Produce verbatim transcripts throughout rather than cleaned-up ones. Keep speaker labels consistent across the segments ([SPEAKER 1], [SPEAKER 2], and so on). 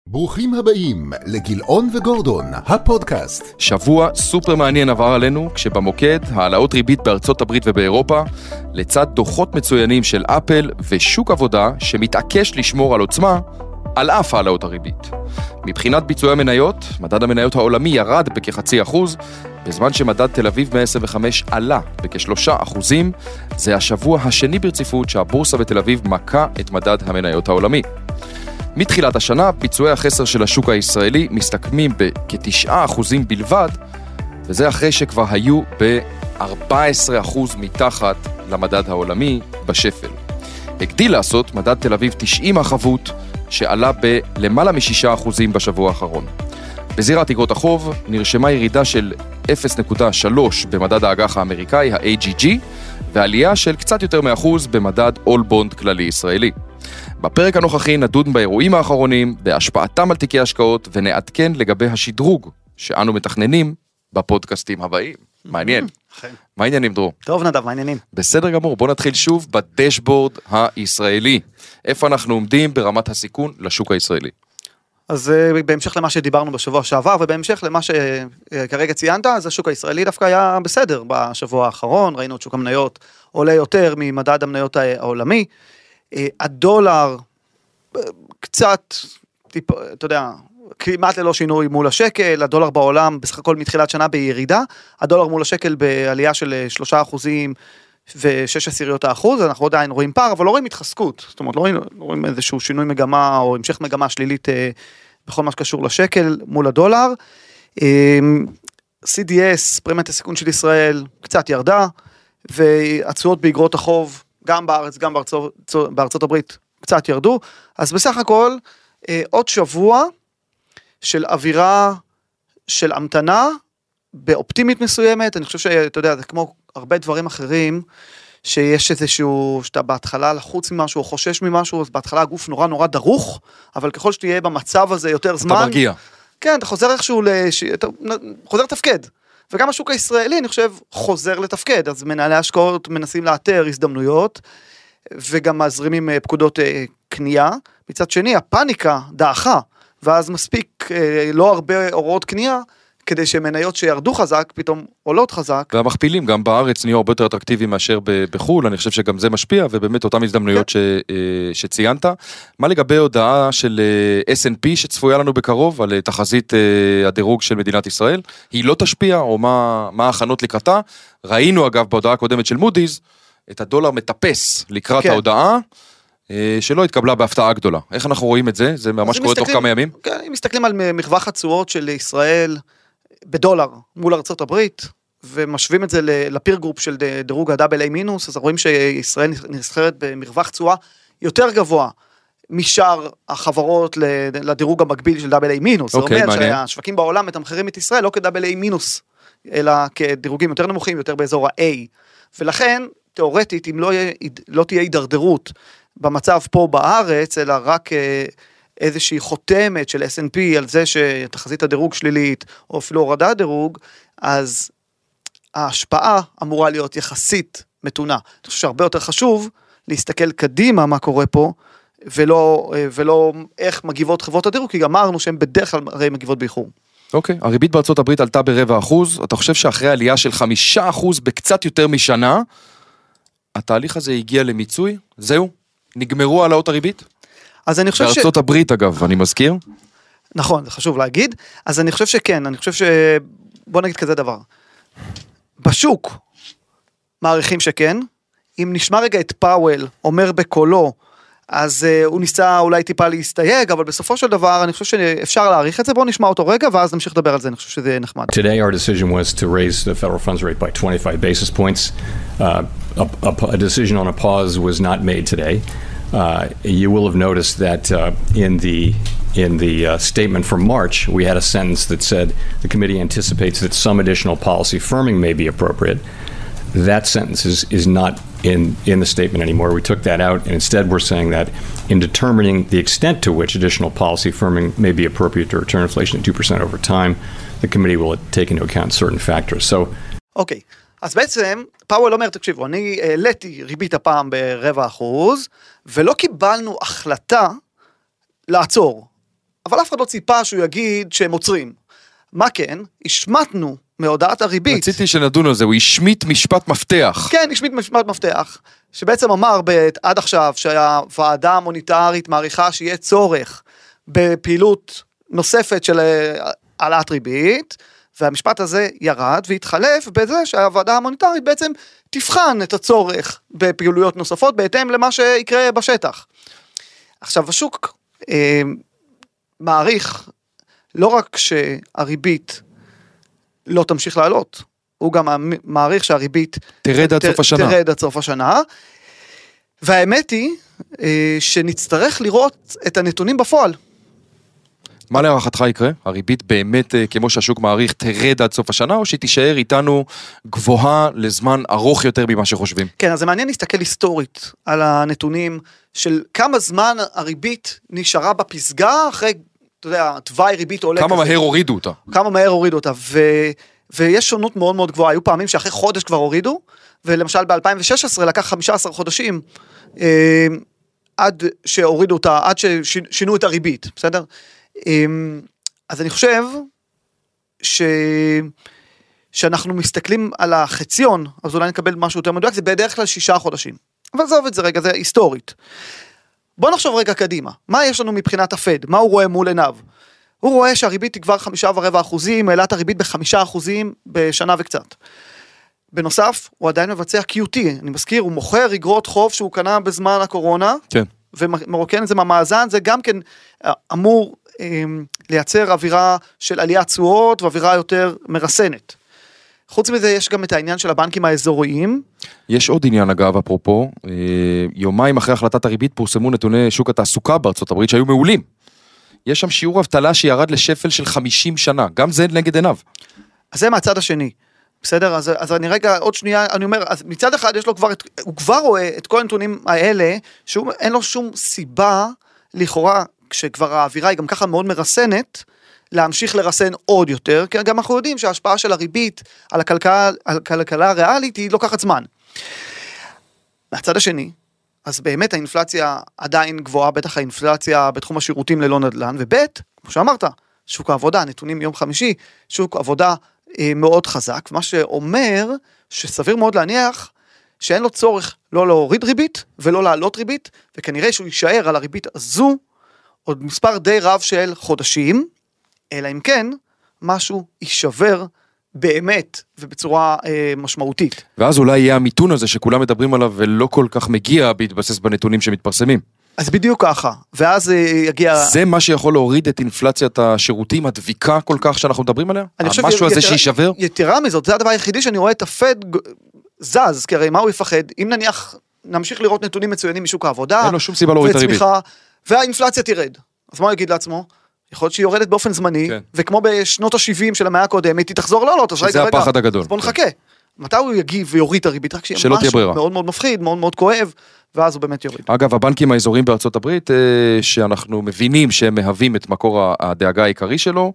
[SPEAKER 1] ברוכים הבאים לגילאון וגורדון, הפודקאסט.
[SPEAKER 2] שבוע סופר מעניין עבר עלינו, כשבמוקד העלאות ריבית בארצות הברית ובאירופה, לצד דוחות מצוינים של אפל ושוק עבודה שמתעקש לשמור על עוצמה, על אף העלאות הריבית. מבחינת ביצועי המניות, מדד המניות העולמי ירד בכחצי אחוז, בזמן שמדד תל אביב מאה עשרים וחמש עלה בכשלושה אחוזים. זה השבוע השני ברציפות שהבורסה בתל אביב מכה את מדד המניות העולמי. מתחילת השנה, ביצועי החסר של השוק הישראלי מסתכמים בכ-תשעה אחוזים בלבד, וזה אחרי שכבר היו ב-ארבעה עשר אחוז מתחת למדד העולמי בשפל. הגדיל לעשות מדד תל אביב תשעים החבות, שעלה ב-למעלה מ-שישה אחוזים בשבוע האחרון. בזירת אגרות החוב נרשמה ירידה של אפס נקודה שלוש במדד האג"ח האמריקאי, ה-איי ג'י ג'י, ועלייה של קצת יותר מאחוז במדד אול בונד כללי ישראלי. בפרק הנוכחי נדון באירועים האחרונים, בהשפעתם על תיקי השקעות, ונעדכן לגבי השדרוג שאנו מתכננים בפודקאסטים הבאים. מעניין. מה העניינים, דרור?
[SPEAKER 3] טוב נדב, מה העניינים?
[SPEAKER 2] בסדר גמור, בוא נתחיל שוב בדשבורד הישראלי. איפה אנחנו עומדים ברמת הסיכון לשוק הישראלי?
[SPEAKER 3] אז בהמשך למה שדיברנו בשבוע שעבר, ובהמשך למה שכרגע ציינת, אז השוק הישראלי דווקא היה בסדר בשבוע האחרון, ראינו את שוק המניות עולה יותר ממדד המניות העולמי, הדולר קצת, אתה יודע, כמעט ללא שינוי מול השקל, הדולר בעולם בסך הכל מתחילת שנה בירידה, הדולר מול השקל בעלייה של שלושה אחוזים ושש עשיריות האחוז, אנחנו עדיין רואים פער, אבל לא רואים התחזקות, זאת אומרת, לא רואים, לא רואים איזשהו שינוי מגמה או המשך מגמה שלילית בכל מה שקשור לשקל מול הדולר. סי די אס, פרמיית הסיכון של ישראל, קצת ירדה, והתשואות באגרות החוב, גם בארץ, גם בארצות, בארצות הברית, קצת ירדו, אז בסך הכל, עוד שבוע של אווירה של המתנה, באופטימית מסוימת, אני חושב שאתה יודע, זה כמו הרבה דברים אחרים, שיש איזשהו, שאתה בהתחלה לחוץ ממשהו, או חושש ממשהו, אז בהתחלה הגוף נורא נורא דרוך, אבל ככל שתהיה במצב הזה יותר זמן,
[SPEAKER 2] אתה מרגיע.
[SPEAKER 3] כן, אתה חוזר איכשהו, לש... אתה חוזר לתפקד, וגם השוק הישראלי, אני חושב, חוזר לתפקד, אז מנהלי השקעות מנסים לאתר הזדמנויות, וגם מזרימים פקודות קנייה, מצד שני, הפאניקה דעכה, ואז מספיק לא הרבה הוראות קנייה, כדי שמניות שירדו חזק, פתאום עולות חזק.
[SPEAKER 2] והמכפילים גם בארץ נהיו הרבה יותר אטרקטיביים מאשר בחול, אני חושב שגם זה משפיע, ובאמת אותם הזדמנויות ש, שציינת. מה לגבי הודעה של אס אנד פי שצפויה לנו בקרוב, על תחזית הדירוג של מדינת ישראל? היא לא תשפיע, או מה, מה ההכנות לקראתה? ראינו אגב בהודעה הקודמת של מודי'ס, את הדולר מטפס לקראת כן. ההודעה, שלא התקבלה בהפתעה גדולה. איך אנחנו רואים את זה? זה ממש קורה תוך כמה ימים?
[SPEAKER 3] כן, אם מסתכלים על מרווח התשואות של ישראל, בדולר מול ארצות הברית, ומשווים את זה לפיר גרופ של דירוג ה-דאבל איי מינוס, אז רואים שישראל נסחרת במרווח תשואה יותר גבוה משאר החברות לדירוג המקביל של דאבל איי מינוס. זה אומר שהשווקים בעולם מתמחרים את ישראל לא כ-דאבל איי מינוס, אלא כדירוגים יותר נמוכים, יותר באזור ה-A. ולכן, תיאורטית, אם לא, לא תהיה הידרדרות במצב פה בארץ, אלא רק איזושהי חותמת של אס אנד פי על זה שתחזית הדירוג שלילית, או אפילו הורדת דירוג, אז ההשפעה אמורה להיות יחסית מתונה. אני חושב שהרבה יותר חשוב להסתכל קדימה מה קורה פה, ולא, ולא איך מגיבות חברות הדירוג, כי אמרנו שהן בדרך כלל הרי מגיבות באיחור.
[SPEAKER 2] אוקיי, הריבית בארצות הברית עלתה ברבע אחוז, אתה חושב שאחרי עלייה של חמישה אחוז בקצת יותר משנה, התהליך הזה הגיע למיצוי? זהו? נגמרו העלאות הריבית?
[SPEAKER 3] אז אני חושב ש...
[SPEAKER 2] בארצות הברית אגב, אני מזכיר.
[SPEAKER 3] נכון, זה חשוב להגיד. אז אני חושב שכן, אני חושב ש... בוא נגיד כזה דבר. בשוק, מעריכים שכן, אם נשמע רגע את פאוול, אומר בקולו, אז uh, הוא ניסה אולי טיפה להסתייג, אבל בסופו של דבר, אני חושב שאפשר להעריך את זה, בואו נשמע אותו רגע, ואז נמשיך לדבר על זה, אני חושב שזה נחמד.
[SPEAKER 4] Today our decision was to raise the federal funds rate by twenty-five basis points. Uh, a, a, a decision on a pause was not made today. Uh, you will have noticed that uh, in the in the uh, statement from March, we had a sentence that said the committee anticipates that some additional policy firming may be appropriate. That sentence is is not in in the statement anymore. We took that out, and instead we're saying that in determining the extent to which additional policy firming may be appropriate to return inflation to two percent over time, the committee will take into account certain factors. So,
[SPEAKER 3] okay. אז בעצם, פאוול אומר, תקשיבו, אני העליתי ריבית הפעם ברבע אחוז, ולא קיבלנו החלטה לעצור. אבל אף אחד לא ציפה שהוא יגיד שהם עוצרים. מה כן? השמטנו מהודעת הריבית.
[SPEAKER 2] רציתי שנדון על זה, הוא השמיט משפט מפתח.
[SPEAKER 3] כן, השמיט משפט מפתח, שבעצם אמר עד עכשיו שהוועדה המוניטרית מעריכה שיהיה צורך בפעילות נוספת של העלאת ריבית, והמשפט הזה ירד והתחלף בזה שהוועדה המוניטרית בעצם תבחן את הצורך בפעילויות נוספות בהתאם למה שיקרה בשטח. עכשיו השוק אה, מעריך לא רק שהריבית לא תמשיך לעלות, הוא גם מעריך שהריבית
[SPEAKER 2] תרד עד סוף השנה.
[SPEAKER 3] תרד עד סוף השנה, והאמת היא אה, שנצטרך לראות את הנתונים בפועל.
[SPEAKER 2] מה להערכתך יקרה? הריבית באמת, כמו שהשוק מעריך, תרד עד סוף השנה, או שהיא תישאר איתנו גבוהה לזמן ארוך יותר ממה שחושבים?
[SPEAKER 3] כן, אז זה מעניין להסתכל היסטורית על הנתונים של כמה זמן הריבית נשארה בפסגה, אחרי, אתה יודע, תוואי ריבית עולה
[SPEAKER 2] כמה
[SPEAKER 3] כזה.
[SPEAKER 2] מהר הורידו אותה.
[SPEAKER 3] כמה מהר הורידו אותה, ו... ויש שונות מאוד מאוד גבוהה. היו פעמים שאחרי חודש כבר הורידו, ולמשל ב-אלפיים ושש עשרה לקח חמישה עשר חודשים, אה, עד שהורידו אותה, עד ששינו את הריבית, בסדר? אז אני חושב ש... שאנחנו מסתכלים על החציון, אז אולי נקבל משהו יותר מדויק, זה בדרך כלל שישה חודשים. אבל עזוב את זה רגע, זה היסטורית. בוא נחשוב רגע קדימה. מה יש לנו מבחינת הפד? מה הוא רואה מול עיניו? הוא רואה שהריבית היא כבר חמישה ורבע אחוזים, העלת הריבית בחמישה אחוזים בשנה וקצת. בנוסף, הוא עדיין מבצע קיו טי, אני מזכיר, הוא מוכר אגרות חוב שהוא קנה בזמן הקורונה,
[SPEAKER 2] כן.
[SPEAKER 3] ומרוקן את זה מהמאזן, זה גם כן אמור לייצר אווירה של עליית תשואות, ואווירה יותר מרסנת. חוץ מזה יש גם את העניין של הבנקים האזוריים.
[SPEAKER 2] יש עוד עניין אגב, אפרופו, יומיים אחרי החלטת הריבית פורסמו נתוני שוק התעסוקה בארצות הברית שהיו מעולים. יש שם שיעור אבטלה שירד לשפל של חמישים שנה, גם זה נגד עיניו.
[SPEAKER 3] אז זה מהצד השני. בסדר, אז, אז אני רגע, עוד שנייה, אני אומר, אז מצד אחד יש לו כבר, את, הוא כבר רואה את כל הנתונים האלה, שאין לו שום סיבה, לכאורה, כשכבר האווירה היא גם ככה מאוד מרסנת, להמשיך לרסן עוד יותר, כי גם אנחנו יודעים שההשפעה של הריבית על הכלכלה, על הכלכלה הריאלית היא לוקחת זמן. מהצד השני, אז באמת האינפלציה עדיין גבוהה, בטח האינפלציה בתחום השירותים ללא נדל"ן, ובית, כמו שאמרת, שוק העבודה, נתונים מיום חמישי, שוק עבודה מאוד חזק, מה שאומר שסביר מאוד להניח שאין לו צורך לא להוריד ריבית ולא לעלות ריבית, וכנראה שהוא יישאר על הריבית הזו עוד מספר די רב של חודשים, אלא אם כן משהו יישבר באמת ובצורה אה, משמעותית.
[SPEAKER 2] ואז אולי יהיה המיתון הזה שכולם מדברים עליו ולא כל כך מגיע בהתבסס בנתונים שמתפרסמים.
[SPEAKER 3] אז בדיוק ככה, ואז יגיע...
[SPEAKER 2] זה מה שיכול להוריד את אינפלציית השירותים, הדביקה כל כך שאנחנו מדברים עליה? המשהו
[SPEAKER 3] יתר...
[SPEAKER 2] הזה שישבר?
[SPEAKER 3] יתרה מזאת, זה הדבר היחידי שאני רואה את הפד זז, כי הרי מה הוא יפחד? אם נניח נמשיך לראות נתונים מצוינים משוק העבודה,
[SPEAKER 2] אין לו שום סיבה להוריד את הריבית.
[SPEAKER 3] והאינפלציה תירד. אז מה הוא יגיד לעצמו? יכול להיות שהיא יורדת באופן זמני, כן. וכמו בשנות ה-שבעים של המאה הקודמת, היא תחזור לעלות.
[SPEAKER 2] שזה רגע, הפחד רגע, הגדול.
[SPEAKER 3] אז בוא נחכה. כן. מתי הוא יגיב ויוריד את הריבית? רק שיהיה
[SPEAKER 2] משהו
[SPEAKER 3] מאוד מאוד מפחיד, מאוד מאוד כואב, ואז הוא באמת יוריד.
[SPEAKER 2] אגב, הבנקים האזוריים בארצות הברית, שאנחנו מבינים שהם מהווים את מקור הדאגה העיקרי שלו,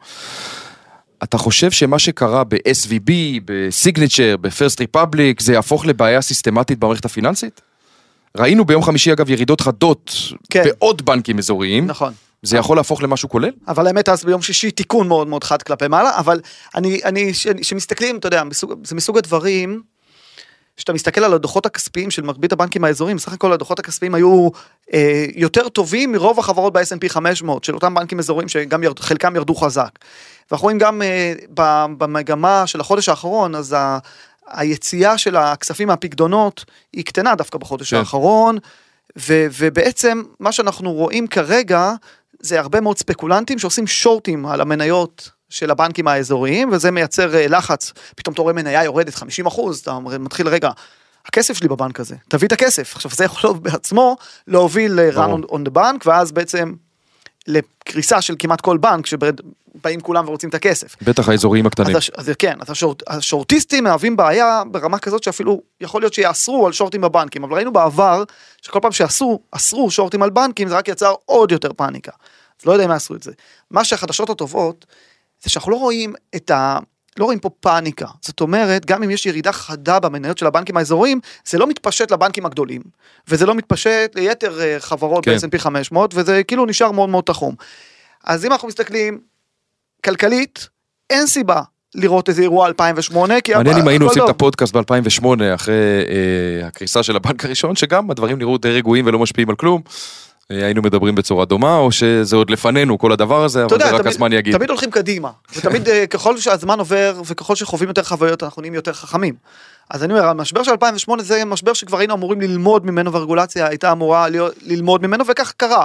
[SPEAKER 2] אתה חושב שמה שקרה ב-אס וי בי, בסיגנצ'ר, ב-First Republic, זה יהפוך לבעיה סיסטמטית במערכת הפיננסית? ראינו ביום חמישי, אגב, ירידות חדות כן. בעוד בנקים אזוריים.
[SPEAKER 3] נכון.
[SPEAKER 2] זה יכול להפוך למשהו כולל?
[SPEAKER 3] אבל האמת, אז ביום שישי תיקון מאוד מאוד חד כלפי מעלה, אבל אני, אני, שמסתכלים, אתה יודע, זה מסוג הדברים, שאתה מסתכל על הדוחות הכספיים של מרבית הבנקים האזוריים, סך הכל הדוחות הכספיים היו אה, יותר טובים מרוב החברות ב-אס אנד פי חמש מאות, של אותם בנקים אזוריים שגם ירד, חלקם ירדו חזק. ואנחנו רואים גם אה, במגמה של החודש האחרון, אז ה, היציאה של הכספים מהפקדונות היא קטנה דווקא בחודש כן. האחרון, ו, ובעצם מה שאנחנו רואים כרגע, זה הרבה מאוד ספקולנטים שעושים שורטים על המניות של הבנקים האזוריים, וזה מייצר לחץ, פתאום אתה רואה מניה יורדת חמישים אחוז, אתה מתחיל רגע, הכסף שלי בבנק הזה, תביא את הכסף, עכשיו זה יכול בעצמו להוביל ל-run on the bank, ואז בעצם לקריסה של כמעט כל בנק, שבאים כולם ורוצים את הכסף.
[SPEAKER 2] בטח האזוריים הקטנים.
[SPEAKER 3] אז, אז כן, אז השורט, השורטיסטים מהווים בעיה ברמה כזאת שאפילו יכול להיות שיאסרו על שורטים בבנקים, אבל ראינו בעבר שכל פעם שאסרו, אסרו שורטים על בנקים, זה רק יצר עוד יותר פאניקה. אז לא יודע אם יעשו את זה. מה שהחדשות הטובות, זה שאנחנו לא רואים את ה... לא רואים פה פאניקה. זאת אומרת, גם אם יש ירידה חדה במניות של הבנקים האזוריים, זה לא מתפשט לבנקים הגדולים, וזה לא מתפשט ליתר חברות כן. ב-אס אנד פי חמש מאות, וזה כאילו נשאר מאוד מאוד תחום. אז אם אנחנו מסתכלים כלכלית, אין סיבה לראות איזה אירוע אלפיים ושמונה, כי...
[SPEAKER 2] מעניין אם היינו עושים
[SPEAKER 3] טוב.
[SPEAKER 2] את הפודקאסט ב-אלפיים ושמונה, אחרי אה, הקריסה של הבנק הראשון, שגם הדברים נראו די רגועים ולא משפיעים על כלום, אה, היינו מדברים בצורה דומה, או שזה עוד לפנינו כל הדבר הזה, אבל
[SPEAKER 3] יודע,
[SPEAKER 2] זה רק
[SPEAKER 3] תמיד,
[SPEAKER 2] הזמן יגיד.
[SPEAKER 3] תמיד הולכים קדימה, ותמיד אה, ככל שהזמן עובר, וככל שחווים יותר חוויות, אנחנו נהיים יותר חכמים. אז אני אומר, המשבר של אלפיים ושמונה זה משבר שכבר היינו אמורים ללמוד ממנו, והרגולציה הייתה אמורה להיות, ללמוד ממנו, וכך קרה.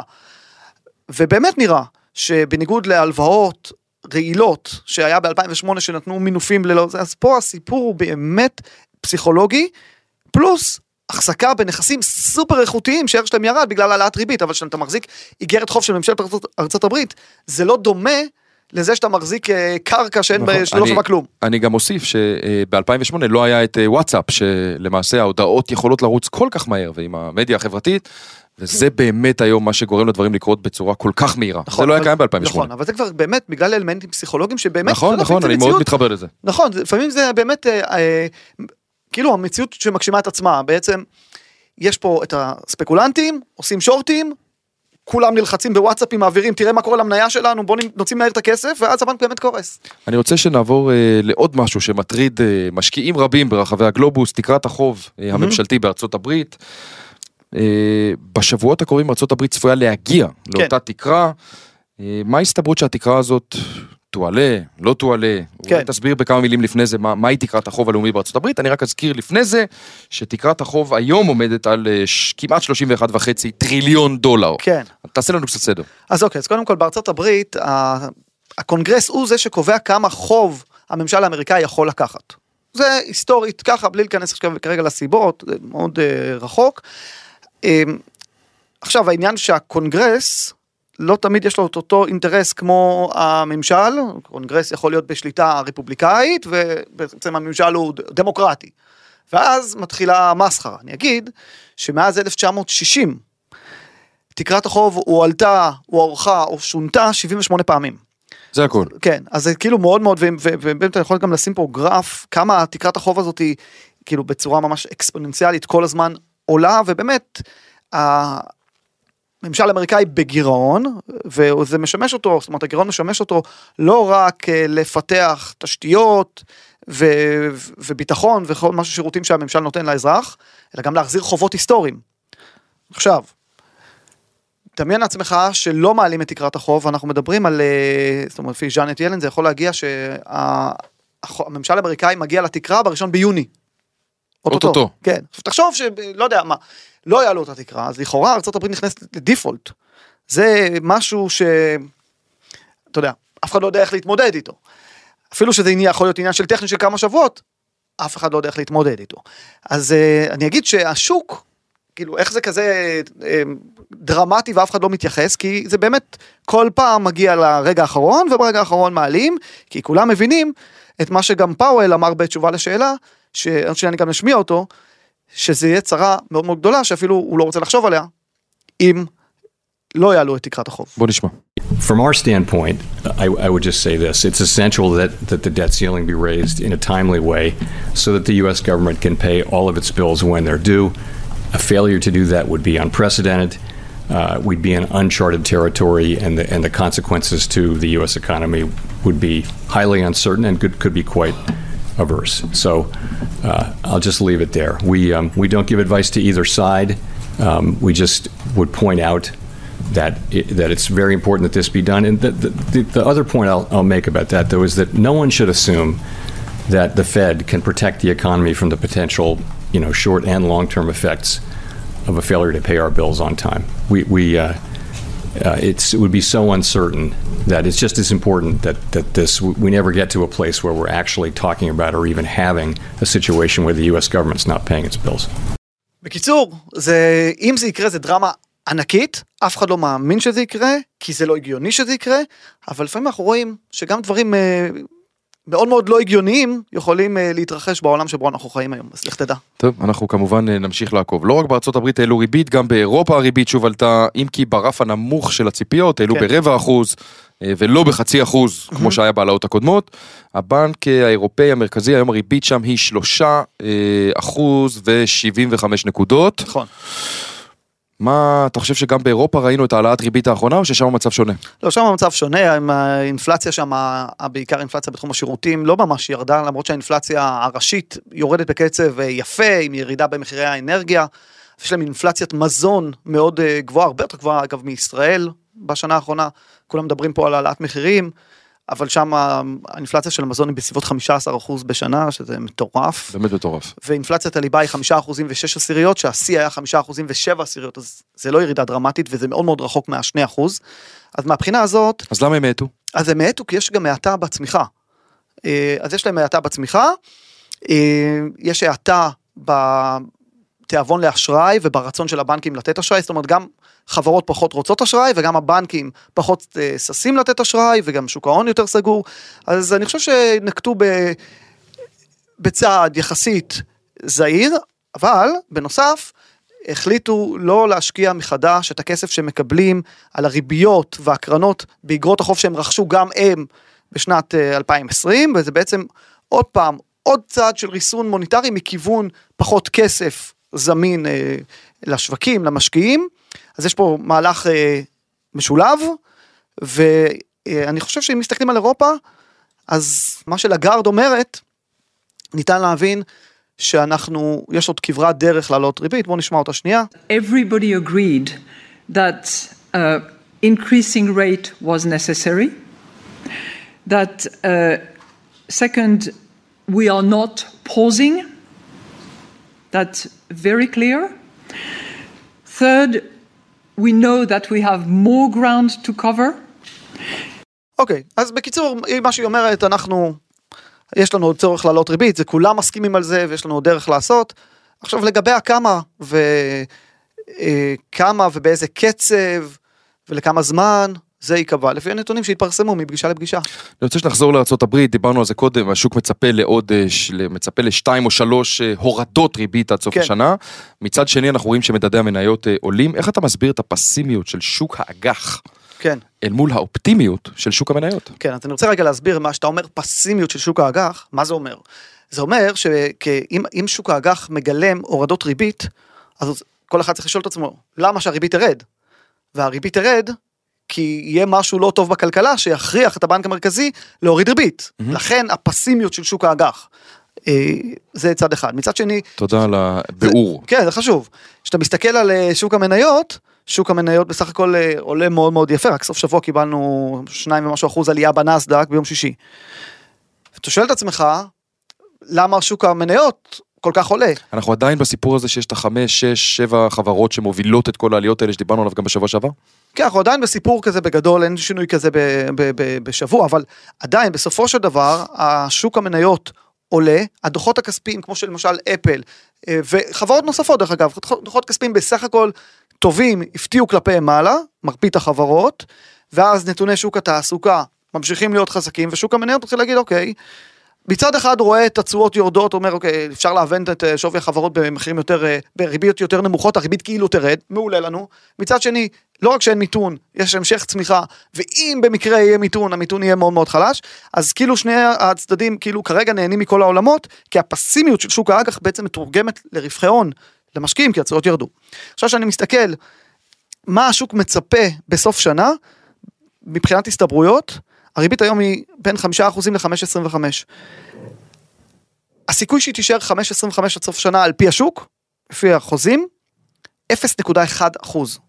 [SPEAKER 3] ובאמת נראה שבניגוד להלוואות רעילות שהיה ב-אלפיים ושמונה שנתנו מינופים ללא, אז פה הסיפור הוא באמת פסיכולוגי, פלוס החזקה בנכסים סופר איכותיים שערך שלהם ירד בגלל העלאת ריבית, אבל כשאתה מחזיק איגרת חוב של ממשלת ארצות הברית, זה לא דומה לזה שאתה מחזיק קרקע שאין
[SPEAKER 2] נכון,
[SPEAKER 3] שלא שווה כלום.
[SPEAKER 2] אני גם אוסיף שב-אלפיים ושמונה לא היה את וואטסאפ, שלמעשה ההודעות יכולות לרוץ כל כך מהר, ועם המדיה החברתית, וזה באמת היום מה שגורם לדברים לקרות בצורה כל כך מהירה.
[SPEAKER 3] נכון,
[SPEAKER 2] זה לא היה
[SPEAKER 3] אבל,
[SPEAKER 2] קיים ב-אלפיים ושמונה.
[SPEAKER 3] נכון, אבל זה כבר באמת בגלל אלמנטים פסיכולוגיים שבאמת...
[SPEAKER 2] נכון, נכון, אני מאוד מתחבר לזה.
[SPEAKER 3] נכון, לפעמים זה באמת, אה, אה, כאילו המציאות שמגשימה את עצמה, בעצם יש פה את הספקולנטים, עושים שורטים, כולם נלחצים בוואטסאפים, מעבירים, תראה מה קורה למניה שלנו, בואו נוצאים מהר את הכסף, ואז הבנק באמת קורס.
[SPEAKER 2] אני רוצה שנעבור אה, לעוד משהו שמטריד אה, משקיעים רבים ברחבי הגלובוס, תקרת החוב אה, הממשלתי בארצות הברית. אה, בשבועות הקרובים ארצות הברית צפויה להגיע כן. לאותה תקרה. אה, מה הסתברות שהתקרה הזאת תועלה, לא תועלה? כן. אולי תסביר בכמה מילים לפני זה מה, מהי תקרת החוב הלאומי בארצות הברית. אני רק אזכיר לפני זה שתקרת החוב היום עומדת על אה, ש... כמעט שלושים ואחד וחצי טריליון דולר.
[SPEAKER 3] כן.
[SPEAKER 2] תעשה לנו קצת סדר.
[SPEAKER 3] אז אוקיי, אז קודם כל בארצות הברית, הקונגרס הוא זה שקובע כמה חוב הממשל האמריקאי יכול לקחת. זה היסטורית ככה, בלי להיכנס כרגע לסיבות, זה מאוד uh, רחוק. Um, עכשיו, העניין שהקונגרס, לא תמיד יש לו את אותו אינטרס כמו הממשל, הקונגרס יכול להיות בשליטה רפובליקאית, ובעצם הממשל הוא דמוקרטי. ואז מתחילה מסחרה. אני אגיד שמאז אלף תשע מאות שישים, תקרת החוב הוא עלתה, הוא עורכה, או שונתה שבעים ושמונה פעמים.
[SPEAKER 2] זה הכל.
[SPEAKER 3] כן, אז זה כאילו מאוד מאוד, ובאמת אני יכול גם לשים פה גרף, כמה תקרת החוב הזאת היא, כאילו בצורה ממש אקספוננציאלית, כל הזמן עולה, ובאמת, הממשל האמריקאי בגירעון, וזה משמש אותו, זאת אומרת, הגירעון משמש אותו, לא רק לפתח תשתיות, ו- וביטחון, וכל משהו שירותים שהממשל נותן לאזרח, אלא גם להחזיר חובות היסטוריים. עכשיו, תמיין לעצמך שלא מעלים את תקרת החוב, אנחנו מדברים על, זאת אומרת, לפי ז'אנט ילן, זה יכול להגיע שהממשל האמריקאי מגיע לתקרה בראשון ביוני.
[SPEAKER 2] אוטוטו.
[SPEAKER 3] כן. תחשוב שלא יודע מה, לא יעלו את התקרה, אז לכאורה ארצות הברית נכנסת לדיפולט. זה משהו ש... אתה יודע, אף אחד לא יודע איך להתמודד איתו. אפילו שזה יכול להיות עניין של טכני של כמה שבועות, אף אחד לא יודע איך להתמודד איתו. אז אני אגיד שהשוק, כאילו, איך זה כזה דרמטי ואף אחד לא מתייחס, כי זה באמת כל פעם מגיע לרגע האחרון, וברגע האחרון מעלים, כי כולם מבינים את מה שגם פאוול אמר בתשובה לשאלה, שאני גם נשמיע אותו, שזה יהיה צרה מאוד מאוד גדולה, שאפילו הוא לא רוצה לחשוב עליה, אם לא יעלו את תקרת החוב.
[SPEAKER 2] בוא נשמע.
[SPEAKER 4] From our standpoint, I, I would just say this. It's essential that, that the debt ceiling be raised in a timely way so that the U S government can pay all of its bills when they're due. A failure to do that would be unprecedented. Uh, we'd be in uncharted territory, and the, and the consequences to the U S economy would be highly uncertain and could, could be quite averse. So uh, I'll just leave it there. We, um, we don't give advice to either side. Um, we just would point out that it, that it's very important that this be done. And the, the, the other point I'll, I'll make about that, though, is that no one should assume that the Fed can protect the economy from the potential, you know, short and long-term effects of a failure to pay our bills on time. We, we, uh, uh, it's, it would be so uncertain that it's just as important that, that this, we never get to a place where we're actually talking about or even having a situation where the U S government's not paying its bills.
[SPEAKER 3] בקיצור, זה, אם זה יקרה, זה דרמה ענקית, אף אחד לא מאמין שזה יקרה, כי זה לא הגיוני שזה יקרה, אבל לפעמים אנחנו רואים שגם דברים אה, מאוד מאוד לא הגיוניים, יכולים אה, להתרחש בעולם שבו אנחנו חיים היום, אז לך תדע.
[SPEAKER 2] טוב, אנחנו כמובן אה, נמשיך לעקוב. לא רק בארצות הברית העלו ריבית, גם באירופה הריבית שוב עלתה, אם כי ברף הנמוך של הציפיות, העלו כן. ברבע אחוז, אה, ולא בחצי אחוז, mm-hmm. כמו שהיה בעלאות הקודמות. הבנק האירופאי המרכזי, היום הריבית שם היא שלושה אה, אחוז ושבעים וחמש נקודות.
[SPEAKER 3] נכון.
[SPEAKER 2] מה, אתה חושב שגם באירופה ראינו את העלאת ריבית האחרונה, או ששם המצב שונה?
[SPEAKER 3] לא, שם המצב שונה, האינפלציה שם, בעיקר אינפלציה בתחום השירותים, לא ממש ירדה, למרות שהאינפלציה הראשית יורדת בקצב יפה, עם ירידה במחירי האנרגיה, יש להם אינפלציית מזון מאוד גבוהה, הרבה יותר גבוהה, אגב, מישראל, בשנה האחרונה, כולם מדברים פה על העלאת מחירים, אבל שם האינפלציה של המזון היא בסביבות חמישה עשר אחוז בשנה, שזה מטורף.
[SPEAKER 2] באמת מטורף.
[SPEAKER 3] ואינפלציית הליבה היא חמישה אחוז ושש עשיריות, שהשיא היה חמישה אחוז ושבע עשיריות, אז זה לא ירידה דרמטית, וזה מאוד מאוד רחוק מה-שני אחוז. אז מהבחינה הזאת...
[SPEAKER 2] אז למה הם מעטו?
[SPEAKER 3] אז הם מעטו, כי יש גם מעטה בצמיחה. אז יש להם מעטה בצמיחה, יש מעטה בתיאבון לאשראי, וברצון של הבנקים לתת אשראי, זאת אומרת, גם חברות פחות רוצות אשראי, וגם הבנקים פחות ססים לתת אשראי, וגם שוק ההון יותר סגור, אז אני חושב שנקטו ב... בצעד יחסית זהיר, אבל בנוסף, החליטו לא להשקיע מחדש את הכסף שמקבלים על הריביות והקרנות באגרות החוב שהם רכשו גם הם בשנת אלפיים עשרים, וזה בעצם עוד פעם, עוד צעד של ריסון מוניטרי מכיוון פחות כסף זמין לשווקים, למשקיעים, אז יש פה מהלך אה, משולב, ואני חושב שאם מסתכלים על אירופה, אז מה שלגארד אומרת, ניתן להבין שאנחנו, יש עוד כברת דרך לעלות ריבית, בואו נשמע אותה שנייה.
[SPEAKER 5] Everybody agreed that uh, increasing rate was necessary, that uh, second, we are not pausing, that's very clear. Third, we know that we have more ground to cover.
[SPEAKER 3] אוקיי, okay, אז בקיצור, מה שהיא אומרת, אנחנו, יש לנו עוד צורך לעלות ריבית, זה כולם מסכימים על זה, ויש לנו עוד דרך לעשות. עכשיו, לגבי הכמה, וכמה ובאיזה קצב, ולכמה זמן, זה יקבע, לפי הנתונים שהתפרסמו מפגישה לפגישה.
[SPEAKER 2] אני רוצה שנחזור לארצות הברית, דיברנו על זה קודם, השוק מצפה לעוד, מצפה לשתיים או שלוש הורדות ריבית עד סוף כן. השנה, מצד שני אנחנו רואים שמדדי המניות עולים, איך אתה מסביר את הפסימיות של שוק האג"ח?
[SPEAKER 3] כן.
[SPEAKER 2] אל מול האופטימיות של שוק המניות?
[SPEAKER 3] כן, אז אני רוצה רגע להסביר מה שאתה אומר פסימיות של שוק האג"ח, מה זה אומר? זה אומר שאם שוק האג"ח מגלם הורדות ריבית, אז כל אחד צריך לשאול את עצמו, למה שהריבית תרד? והריבית תרד כי יהיה משהו לא טוב בכלכלה, שיכריח את הבנק המרכזי להוריד ריבית. Mm-hmm. לכן הפסימיות של שוק האג"ח, אה, זה צד אחד. מצד שני...
[SPEAKER 2] תודה על הביאור.
[SPEAKER 3] כן, זה חשוב. כשאתה מסתכל על שוק המניות, שוק המניות בסך הכל עולה מאוד מאוד יפה, רק סוף שבוע קיבלנו שניים ומשהו אחוז עלייה בנסדק ביום שישי. אתה שואל את עצמך, למה שוק המניות כל כך עולה?
[SPEAKER 2] אנחנו עדיין בסיפור הזה שיש את החמש, שש, שבע חברות שמובילות את כל העליות האלה שדיברנו עליו גם בשבוע שעבר?
[SPEAKER 3] כן, אנחנו עדיין בסיפור כזה בגדול, אין שינוי כזה ב- ב- ב- בשבוע, אבל עדיין בסופו של דבר, השוק המניות עולה, הדוחות הכספיים, כמו של למשל אפל, וחברות נוספות דרך אגב, דוחות כספיים בסך הכל טובים, הפתיעו כלפי מעלה, מרבית החברות, ואז נתוני שוק התעסוקה ממשיכים להיות חזקים, ושוק המניות רוצה להגיד, אוקיי, מצד אחד רואה את התשואות יורדות, אומר, אוקיי, אפשר להוון את שווי החברות במחירים יותר, בריביות יותר נמוכות, הריבית כאילו תרד, מעולה לנו. מצד שני, לא רק שאין מיתון, יש המשך צמיחה, ואם במקרה יהיה מיתון, המיתון יהיה מאוד מאוד חלש, אז כאילו שני הצדדים, כאילו כרגע נהנים מכל העולמות, כי הפסימיות של שוק האג"ח בעצם מתורגמת לרווחי הון, למשקיעים, כי התשואות ירדו. עכשיו שאני מסתכל, מה השוק מצפה בסוף שנה, מבחינת הסתברויות, הריבית היום היא בין חמישה אחוזים ל-חמש עשרים וחמש. הסיכוי שהיא תישאר חמש עשרים וחמש עד סוף שנה על פי השוק, לפי החוזים, אפס נקודה אחת אחוז.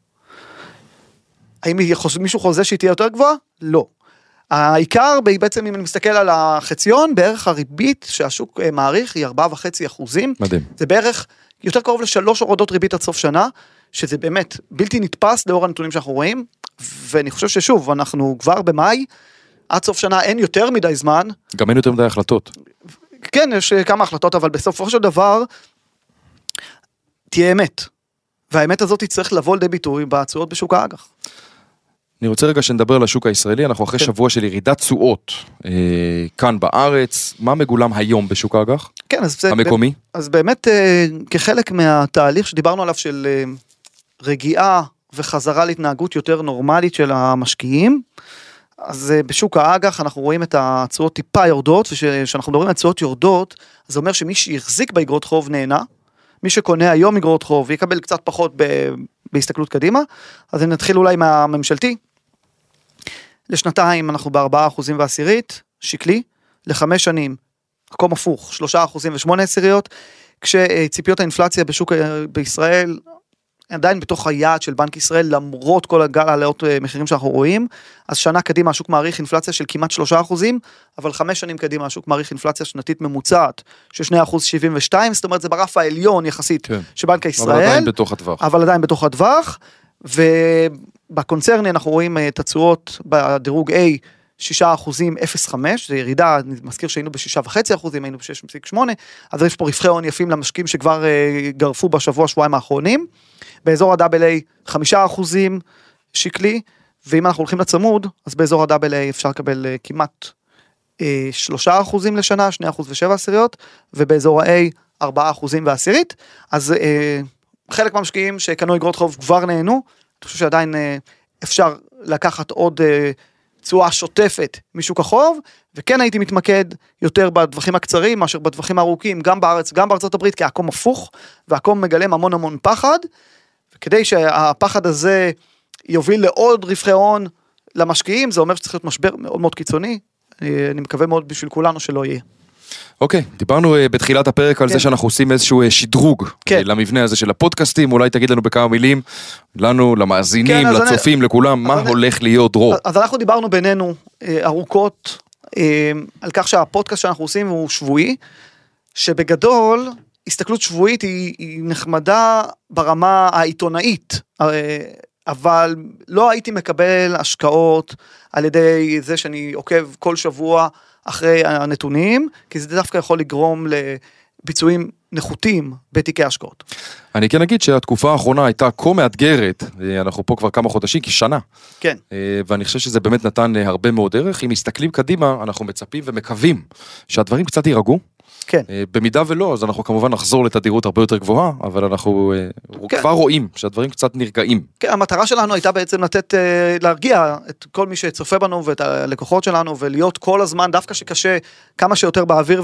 [SPEAKER 3] האם מישהו חוזה שהיא תהיה יותר גבוהה? לא. העיקר, בעצם אם אני מסתכל על החציון, בערך הריבית שהשוק מעריך היא ארבעה וחצי אחוזים.
[SPEAKER 2] מדהים.
[SPEAKER 3] זה בערך יותר קרוב לשלוש הורדות ריבית עד סוף שנה, שזה באמת בלתי נתפס לאור הנתונים שאנחנו רואים, ואני חושב ששוב, אנחנו כבר במאי, עד סוף שנה אין יותר מדי זמן.
[SPEAKER 2] גם אין יותר מדי החלטות.
[SPEAKER 3] כן, יש כמה החלטות, אבל בסופו של דבר, תהיה אמת. והאמת הזאת תצטרך לבוא לידי ביטוי בתשואות בשוק האג"ח.
[SPEAKER 2] אני רוצה רגע שנדבר על השוק הישראלי, אנחנו אחרי כן. שבוע של ירידת תשואות אה, כאן בארץ, מה מגולם היום בשוק האג"ח?
[SPEAKER 3] כן, אז זה...
[SPEAKER 2] המקומי?
[SPEAKER 3] אז באמת, אה, כחלק מהתהליך שדיברנו עליו של אה, רגיעה וחזרה להתנהגות יותר נורמלית של המשקיעים, אז בשוק האג"ח אנחנו רואים את התשואות טיפה יורדות, וכשאנחנו מדברים על תשואות יורדות, זה אומר שמי שיחזיק באגרות חוב נהנה, מי שקונה היום אגרות חוב יקבל קצת פחות בהסתכלות קדימה, אז נתחיל אולי מהממשלתי. לשנתיים אנחנו בארבעה אחוזים ועשירית, שקלי, לחמש שנים, מקום הפוך, שלושה אחוזים ושמונה עשיריות, כשציפיות האינפלציה בשוק בישראל, עדיין בתוך היעד של בנק ישראל, למרות כל הגל העלאות מחירים שאנחנו רואים, אז שנה קדימה השוק מעריך אינפלציה של כמעט שלושה אחוזים, אבל חמש שנים קדימה השוק מעריך אינפלציה שנתית ממוצעת, של שני אחוז שבעים ושתיים, זאת אומרת זה ברף העליון יחסית, כן. של בנק ישראל,
[SPEAKER 2] אבל עדיין בתוך הטווח.
[SPEAKER 3] אבל עדיין בתוך הטווח, ובקונצרני אנחנו רואים את התשואות בדירוג A, שישה אחוזים אפס נקודה חמש, זה ירידה, אני מזכיר שהיינו בשישה וחצי אחוזים, היינו בשש נקודה שמונה, אז יש פה רווחי הון יפים למשקיעים שכבר גרפו בשבוע, שבועיים האחרונים, באזור ה-דאבל איי חמישה אחוזים שקלי, ואם אנחנו הולכים לצמוד, אז באזור ה-דאבל איי אפשר לקבל כמעט שלושה אחוזים לשנה, שני אחוז ושבע עשיריות, ובאזור ה-A ארבעה אחוזים ועשירית, אז חלק מהמשקיעים שקנו אגרות חוב כבר נהנו, אני חושב שעדיין אפשר לקחת עוד תשואה שוטפת משוק החוב, וכן הייתי מתמקד יותר בדווחים הקצרים, מאשר בדווחים הארוכים, גם בארץ, גם בארצות הברית, כי העקום הפוך, והעקום מגלם המון המון פחד, וכדי שהפחד הזה יוביל לעוד רווחי הון למשקיעים, זה אומר שצריך להיות משבר מאוד מאוד קיצוני, אני מקווה מאוד בשביל כולנו שלא יהיה.
[SPEAKER 2] אוקיי, דיברנו בתחילת הפרק על זה שאנחנו עושים איזשהו שדרוג למבנה הזה של הפודקאסטים, אולי תגיד לנו בכמה מילים, לנו, למאזינים, לצופים, לכולם, מה הולך להיות דרור?
[SPEAKER 3] אז אנחנו דיברנו בינינו ארוכות על כך שהפודקאסט שאנחנו עושים הוא שבועי, שבגדול הסתכלות שבועית היא נחמדה ברמה העיתונאית, אבל לא הייתי מקבל השקעות על ידי זה שאני עוקב כל שבוע אחרי הנתונים, כי זה דווקא יכול לגרום לביצועים נחותים בתיקי השקעות.
[SPEAKER 2] אני כן אגיד שהתקופה האחרונה הייתה כה מאתגרת, אנחנו פה כבר כמה חודשים, כשנה.
[SPEAKER 3] כן.
[SPEAKER 2] ואני חושב שזה באמת נתן הרבה מאוד ערך, אם מסתכלים קדימה, אנחנו מצפים ומקווים שהדברים קצת יירגעו,
[SPEAKER 3] כן.
[SPEAKER 2] במידה ולא, אז אנחנו כמובן נחזור לתדירות הרבה יותר גבוהה, אבל אנחנו כן. כבר רואים שהדברים קצת נרגעים.
[SPEAKER 3] כן, המטרה שלנו הייתה בעצם לתת, להרגיע את כל מי שצופה בנו ואת הלקוחות שלנו, ולהיות כל הזמן, דווקא שקשה כמה שיותר באוויר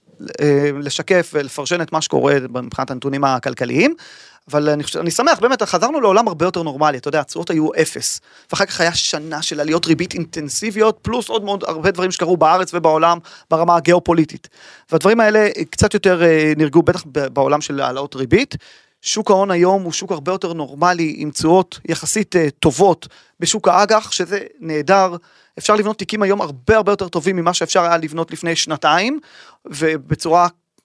[SPEAKER 3] ולשקף ולפרשן את מה שקורה מבחינת הנתונים הכלכליים, אבל אני, אני שמח, באמת, חזרנו לעולם הרבה יותר נורמלי, אתה יודע, התשואות היו אפס, ואחר כך היה שנה של עליות ריבית אינטנסיביות, פלוס עוד מאוד הרבה דברים שקרו בארץ ובעולם, ברמה הגיאופוליטית. והדברים האלה קצת יותר נרגעו, בטח בעולם של העלאות ריבית. שוק ההון היום הוא שוק הרבה יותר נורמלי, עם תשואות יחסית טובות בשוק האג"ח, שזה נהדר, אפשר לבנות תיקים היום הרבה הרבה יותר טובים ממה שאפשר היה לבנות לפני שנתיים, ובצורה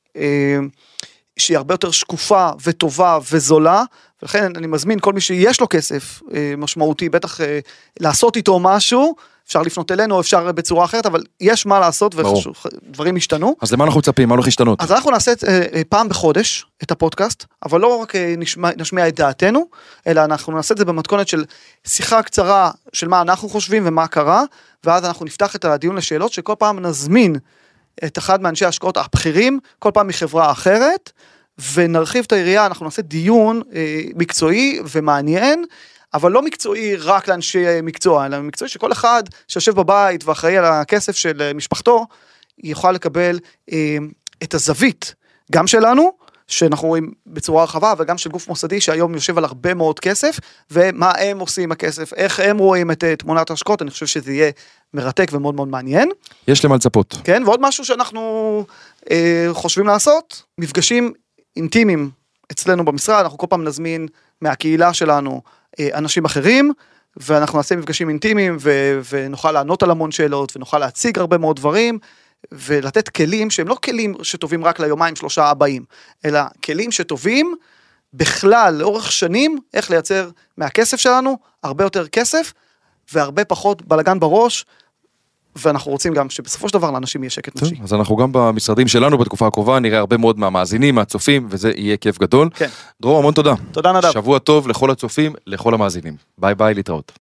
[SPEAKER 3] שהיא הרבה יותר שקופה וטובה וזולה, ולכן אני מזמין כל מי שיש לו כסף משמעותי, בטח לעשות איתו משהו, אפשר לפנות אלינו, אפשר בצורה אחרת, אבל יש מה לעשות, ודברים השתנו.
[SPEAKER 2] אז למה אנחנו מצפים? מה הולך להשתנות?
[SPEAKER 3] אז אנחנו נעשה פעם בחודש את הפודקאסט, אבל לא רק נשמיע את דעתנו, אלא אנחנו נעשה את זה במתכונת של שיחה קצרה של מה אנחנו חושבים ומה קרה, ואז אנחנו נפתח את הדיון לשאלות, שכל פעם נזמין את אחד מאנשי ההשקעות הבכירים, כל פעם מחברה אחרת, ונרחיב את העירייה, אנחנו נעשה דיון אה, מקצועי ומעניין, אבל לא מקצועי רק לאנשי מקצוע, אלא מקצועי שכל אחד שיושב בבית ואחראי על הכסף של משפחתו, יוכל לקבל אה, את הזווית, גם שלנו, שאנחנו רואים בצורה רחבה, וגם של גוף מוסדי שהיום יושב על הרבה מאוד כסף, ומה הם עושים עם הכסף, איך הם רואים את תמונת ההשקעות, אני חושב שזה יהיה מרתק ומאוד מאוד מעניין.
[SPEAKER 2] יש למה לצפות.
[SPEAKER 3] כן, ועוד משהו שאנחנו אה, חושבים לעשות, מפגשים אינטימיים אצלנו במשרד, אנחנו כל פעם נזמין מהקהילה שלנו אה, אנשים אחרים, ואנחנו נעשה מפגשים אינטימיים, ו- ונוכל לענות על המון שאלות, ונוכל להציג הרבה מאוד דברים, ולתת כלים שהם לא כלים שטובים רק ליומיים שלושה הבאים, אלא כלים שטובים בכלל לאורך שנים, איך לייצר מהכסף שלנו הרבה יותר כסף, והרבה פחות בלגן בראש, ואנחנו רוצים גם שבסופו של דבר לאנשים יהיה שקט נפשי.
[SPEAKER 2] אז אנחנו גם במשרדים שלנו בתקופה הקרובה, נראה הרבה מאוד מהמאזינים, מהצופים, וזה יהיה כיף גדול.
[SPEAKER 3] כן.
[SPEAKER 2] דרור, המון תודה.
[SPEAKER 3] תודה נדב.
[SPEAKER 2] שבוע טוב לכל הצופים, לכל המאזינים. ביי ביי, להתראות.